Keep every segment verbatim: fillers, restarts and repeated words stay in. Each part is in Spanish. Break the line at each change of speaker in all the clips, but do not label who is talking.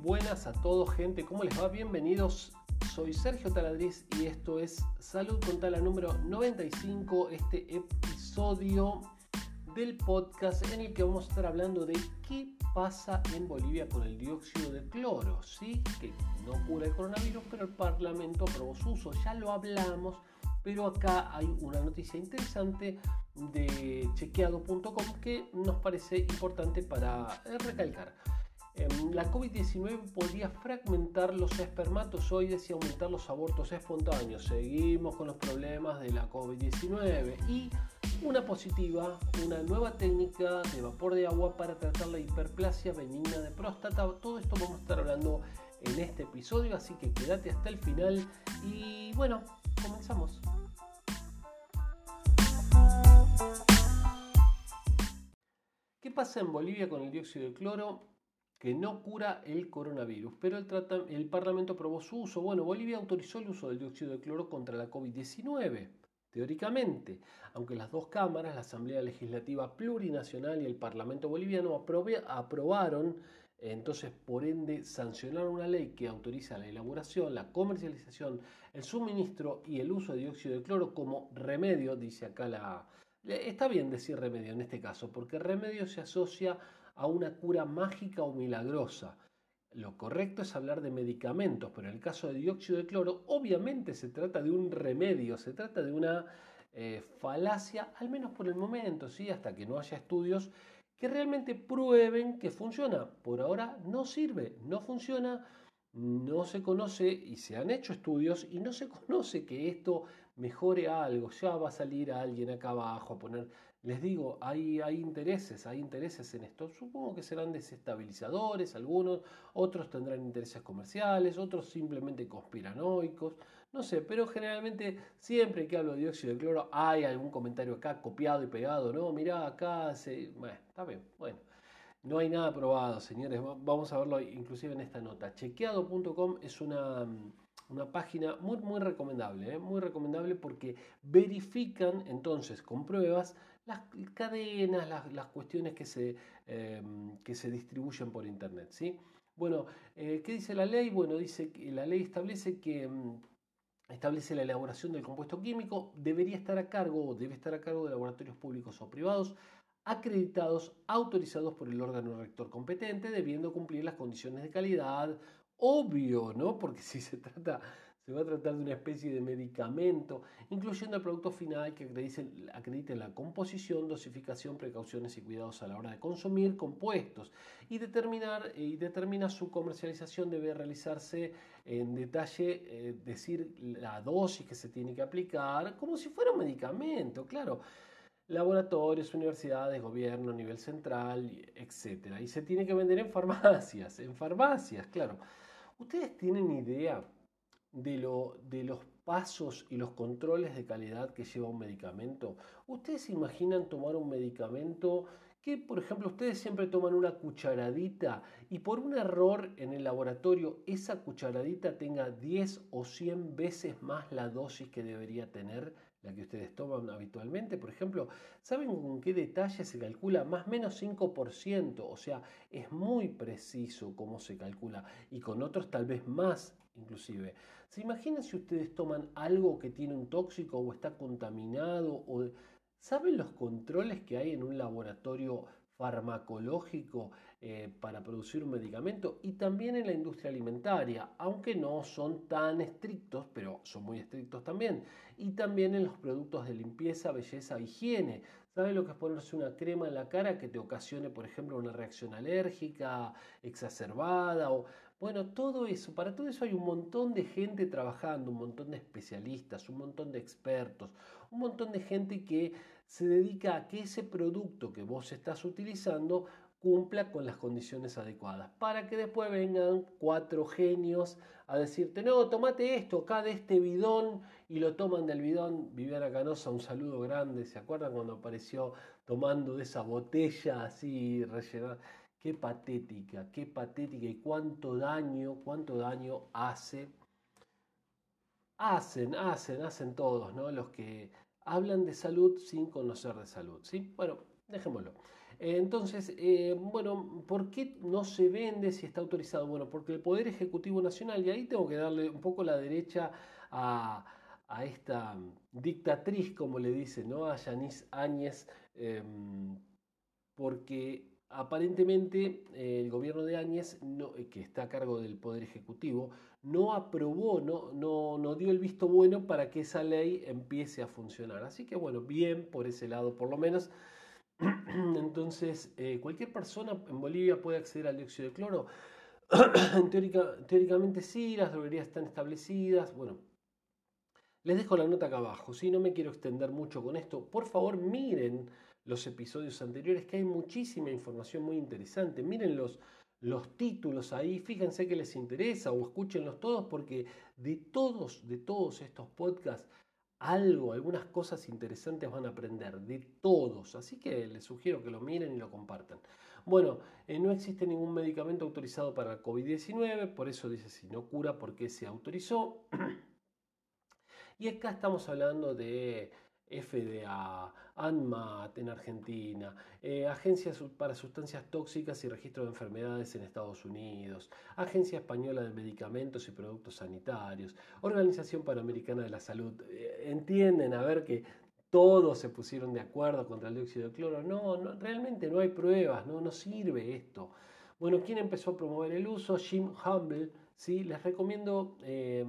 buenas a todos, gente, ¿cómo les va? Bienvenidos, soy Sergio Taladriz y esto es Salud con Tala número noventa y cinco, este episodio del podcast en el que vamos a estar hablando de qué pasa en Bolivia con el dióxido de cloro, ¿sí? Que no cura el coronavirus, pero el Parlamento aprobó su uso, ya lo hablamos, pero acá hay una noticia interesante de chequeado punto com que nos parece importante para recalcar. La covid diecinueve podría fragmentar los espermatozoides y aumentar los abortos espontáneos. Seguimos con los problemas de la covid diecinueve y una positiva, una nueva técnica de vapor de agua para tratar la hiperplasia benigna de próstata. Todo esto vamos a estar hablando en este episodio, así que quédate hasta el final y bueno, comenzamos. ¿Qué pasa en Bolivia con el dióxido de cloro? Que no cura el coronavirus, pero el, trata, el Parlamento aprobó su uso. Bueno, Bolivia autorizó el uso del dióxido de cloro contra la covid diecinueve, teóricamente, aunque las dos cámaras, la Asamblea Legislativa Plurinacional y el Parlamento Boliviano, aprobe, aprobaron, entonces por ende sancionaron una ley que autoriza la elaboración, la comercialización, el suministro y el uso de dióxido de cloro como remedio, dice acá la... Está bien decir remedio en este caso, porque remedio se asocia a una cura mágica o milagrosa. Lo correcto es hablar de medicamentos, pero en el caso de dióxido de cloro, obviamente se trata de un remedio, se trata de una eh, falacia, al menos por el momento, ¿sí? Hasta que no haya estudios que realmente prueben que funciona. Por ahora no sirve, no funciona, no se conoce y se han hecho estudios y no se conoce que esto mejore algo. Ya va a salir alguien acá abajo a poner... Les digo, hay, hay intereses, hay intereses en esto. Supongo que serán desestabilizadores algunos, otros tendrán intereses comerciales, otros simplemente conspiranoicos, no sé, pero generalmente siempre que hablo de dióxido de cloro hay algún comentario acá copiado y pegado, ¿no? Mirá, acá se... Bueno, está bien, bueno. No hay nada probado, señores. Vamos a verlo inclusive en esta nota. chequeado punto com es una, una página muy, muy recomendable, ¿eh? Muy recomendable porque verifican entonces con pruebas las cadenas, las, las cuestiones que se, eh, que se distribuyen por internet, ¿sí? Bueno, eh, ¿qué dice la ley? Bueno, dice que la ley establece que... Establece la elaboración del compuesto químico, debería estar a cargo o debe estar a cargo de laboratorios públicos o privados acreditados, autorizados por el órgano rector competente, debiendo cumplir las condiciones de calidad. Obvio, ¿no? Porque si se trata, se va a tratar de una especie de medicamento, incluyendo el producto final que acredite, acredite la composición, dosificación, precauciones y cuidados a la hora de consumir compuestos y determinar y determina su comercialización debe realizarse en detalle, eh, decir la dosis que se tiene que aplicar, como si fuera un medicamento, claro. Laboratorios, universidades, gobierno, nivel central, etcétera. Y se tiene que vender en farmacias, en farmacias, claro. ¿Ustedes tienen idea de, lo, de los pasos y los controles de calidad que lleva un medicamento? ¿Ustedes se imaginan tomar un medicamento que, por ejemplo, ustedes siempre toman una cucharadita y por un error en el laboratorio esa cucharadita tenga diez o cien veces más la dosis que debería tener la que ustedes toman habitualmente? Por ejemplo, ¿saben con qué detalle se calcula? Más o menos cinco por ciento, o sea, es muy preciso cómo se calcula y con otros tal vez más inclusive. ¿Se imaginan si ustedes toman algo que tiene un tóxico o está contaminado? O... ¿Saben los controles que hay en un laboratorio farmacológico eh, para producir un medicamento? Y también en la industria alimentaria, aunque no son tan estrictos, pero son muy estrictos también. Y también en los productos de limpieza, belleza, higiene. ¿Saben lo que es ponerse una crema en la cara que te ocasione, por ejemplo, una reacción alérgica exacerbada? O, bueno, todo eso, para todo eso hay un montón de gente trabajando, un montón de especialistas, un montón de expertos, un montón de gente que se dedica a que ese producto que vos estás utilizando cumpla con las condiciones adecuadas, para que después vengan cuatro genios a decirte, no, tomate esto acá de este bidón, y lo toman del bidón. Viviana Canosa, un saludo grande, ¿se acuerdan cuando apareció tomando de esa botella así rellenada? Qué patética, qué patética y cuánto daño, cuánto daño hace, hacen, hacen, hacen todos, ¿no? Los que hablan de salud sin conocer de salud, ¿sí? Bueno, dejémoslo. Entonces, eh, bueno, ¿por qué no se vende si está autorizado? Bueno, porque el Poder Ejecutivo Nacional, y ahí tengo que darle un poco la derecha a, a esta dictatriz, como le dicen, ¿no? A Yanis Áñez, eh, porque aparentemente eh, el gobierno de Áñez, no, eh, que está a cargo del Poder Ejecutivo, no aprobó, no, no, no dio el visto bueno para que esa ley empiece a funcionar. Así que bueno, bien por ese lado por lo menos. Entonces, eh, cualquier persona en Bolivia puede acceder al dióxido de cloro. Teórica, teóricamente sí, las droguerías están establecidas. Bueno, les dejo la nota acá abajo, ¿sí? No me quiero extender mucho con esto. Por favor, miren los episodios anteriores, que hay muchísima información muy interesante. Miren los, los títulos ahí, fíjense que les interesa o escúchenlos todos, porque de todos, de todos estos podcasts, algo, algunas cosas interesantes van a aprender, de todos. Así que les sugiero que lo miren y lo compartan. Bueno, eh, no existe ningún medicamento autorizado para el COVID diecinueve, por eso dice si no cura, ¿por qué se autorizó? Y acá estamos hablando de F D A, ANMAT en Argentina, eh, Agencia para Sustancias Tóxicas y Registro de Enfermedades en Estados Unidos, Agencia Española de Medicamentos y Productos Sanitarios, Organización Panamericana de la Salud. Eh, entienden, a ver, que todos se pusieron de acuerdo contra el dióxido de cloro. No, no, realmente no hay pruebas, no, no sirve esto. Bueno, ¿quién empezó a promover el uso? Jim Humble, ¿sí? Les recomiendo eh,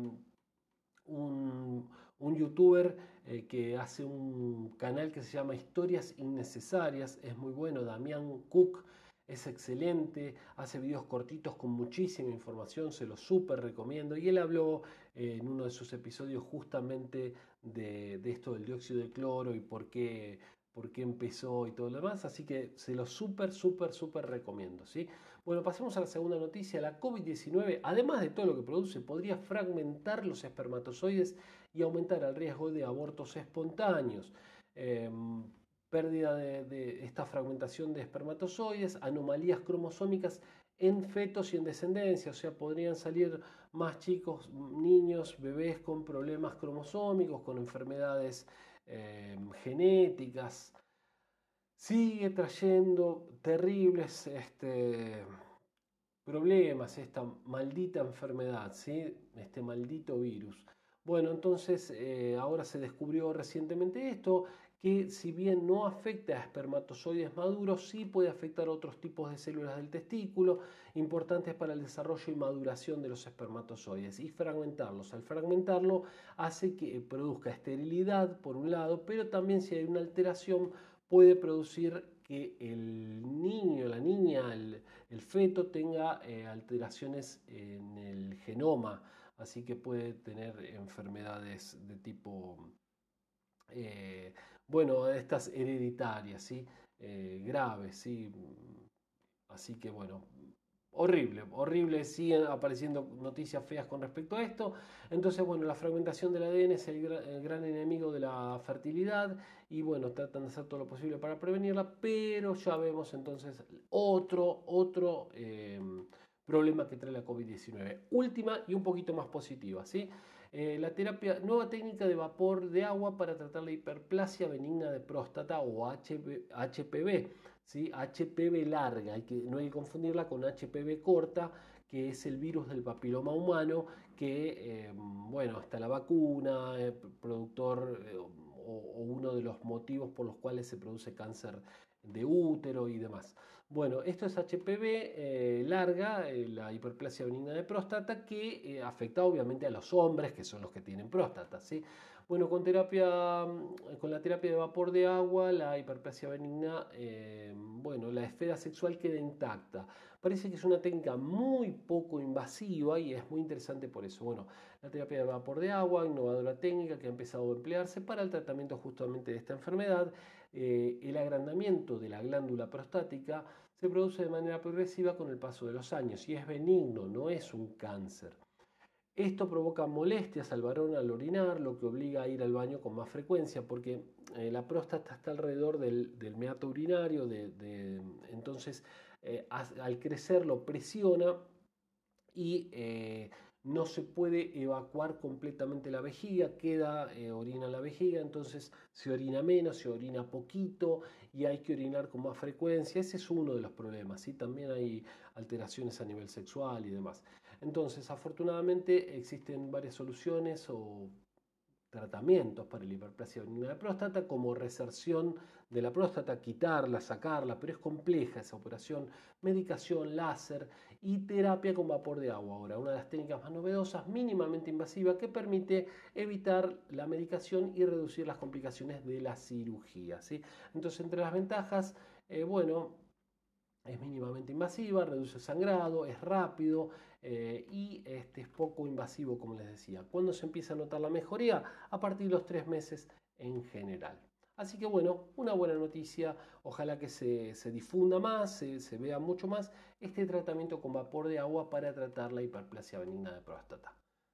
un, un youtuber eh, que hace un canal que se llama Historias Innecesarias, es muy bueno, Damián Cook, es excelente, hace videos cortitos con muchísima información, se lo súper recomiendo, y él habló eh, en uno de sus episodios justamente de, de esto del dióxido de cloro y por qué, por qué empezó y todo lo demás, así que se lo súper, súper, súper recomiendo, ¿sí? Bueno, pasemos a la segunda noticia. La COVID diecinueve, además de todo lo que produce, podría fragmentar los espermatozoides y aumentar el riesgo de abortos espontáneos. Eh, pérdida de, de esta fragmentación de espermatozoides, anomalías cromosómicas en fetos y en descendencia, o sea, podrían salir más chicos, niños, bebés con problemas cromosómicos, con enfermedades eh, genéticas. Sigue trayendo terribles este, problemas esta maldita enfermedad, ¿sí? Este maldito virus. Bueno, entonces eh, ahora se descubrió recientemente esto, que si bien no afecta a espermatozoides maduros, sí puede afectar a otros tipos de células del testículo, importantes para el desarrollo y maduración de los espermatozoides, y fragmentarlos. Al fragmentarlo hace que produzca esterilidad, por un lado, pero también si hay una alteración puede producir que el niño, la niña, el, el feto tenga eh, alteraciones en el genoma, así que puede tener enfermedades de tipo, eh, bueno, estas hereditarias, ¿sí? Eh, graves, ¿sí? Así que bueno, horrible, horrible, siguen apareciendo noticias feas con respecto a esto. Entonces, bueno, la fragmentación del A D N es el, gra el gran enemigo de la fertilidad y bueno, tratan de hacer todo lo posible para prevenirla, pero ya vemos entonces otro, otro eh, problema que trae la COVID diecinueve. Última y un poquito más positiva, ¿sí? Eh, la terapia, nueva técnica de vapor de agua para tratar la hiperplasia benigna de próstata o H P V. ¿Sí? H P V larga, hay que, no hay que confundirla con H P V corta, que es el virus del papiloma humano, que, eh, bueno, está la vacuna, eh, productor eh, o, o, uno de los motivos por los cuales se produce cáncer de útero y demás. Bueno, esto es H P V eh, larga, eh, la hiperplasia benigna de próstata, que eh, afecta obviamente a los hombres, que son los que tienen próstata, ¿sí? Bueno, con terapia, con la terapia de vapor de agua, la hiperplasia benigna, eh, bueno, la esfera sexual queda intacta. Parece que es una técnica muy poco invasiva y es muy interesante por eso. Bueno, la terapia de vapor de agua, innovadora técnica que ha empezado a emplearse para el tratamiento justamente de esta enfermedad. Eh, el agrandamiento de la glándula prostática se produce de manera progresiva con el paso de los años y es benigno, no es un cáncer. Esto provoca molestias al varón al orinar, lo que obliga a ir al baño con más frecuencia, porque eh, la próstata está alrededor del, del meato urinario, de, de, entonces eh, al crecer lo presiona y eh, no se puede evacuar completamente la vejiga, queda eh, orina en la vejiga, entonces se orina menos, se orina poquito y hay que orinar con más frecuencia. Ese es uno de los problemas, ¿sí? También hay alteraciones a nivel sexual y demás. Entonces, afortunadamente existen varias soluciones o tratamientos para la hiperplasia benigna de próstata, como reserción de la próstata, quitarla, sacarla, pero es compleja esa operación, medicación, láser y terapia con vapor de agua. Ahora, una de las técnicas más novedosas, mínimamente invasiva, que permite evitar la medicación y reducir las complicaciones de la cirugía, ¿sí? Entonces, entre las ventajas, eh, bueno, es mínimamente invasiva, reduce el sangrado, es rápido eh, y este, es poco invasivo, como les decía. ¿Cuándo se empieza a notar la mejoría? A partir de los tres meses en general. Así que bueno, una buena noticia, ojalá que se, se difunda más, se, se vea mucho más este tratamiento con vapor de agua para tratar la hiperplasia benigna de próstata.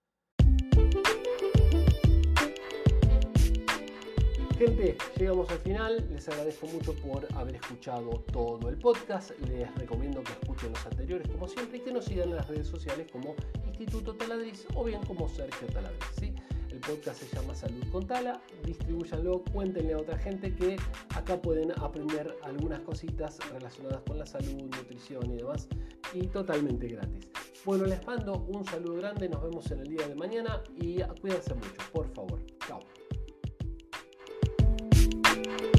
Gente, llegamos al final, les agradezco mucho por haber escuchado todo el podcast, les recomiendo que escuchen los anteriores como siempre y que nos sigan en las redes sociales como Instituto Taladriz o bien como Sergio Taladriz, ¿sí? El podcast se llama Salud con Tala, distribúyanlo, cuéntenle a otra gente que acá pueden aprender algunas cositas relacionadas con la salud, nutrición y demás, y totalmente gratis. Bueno, les mando un saludo grande, nos vemos en el día de mañana y cuídense mucho, por favor. Chao.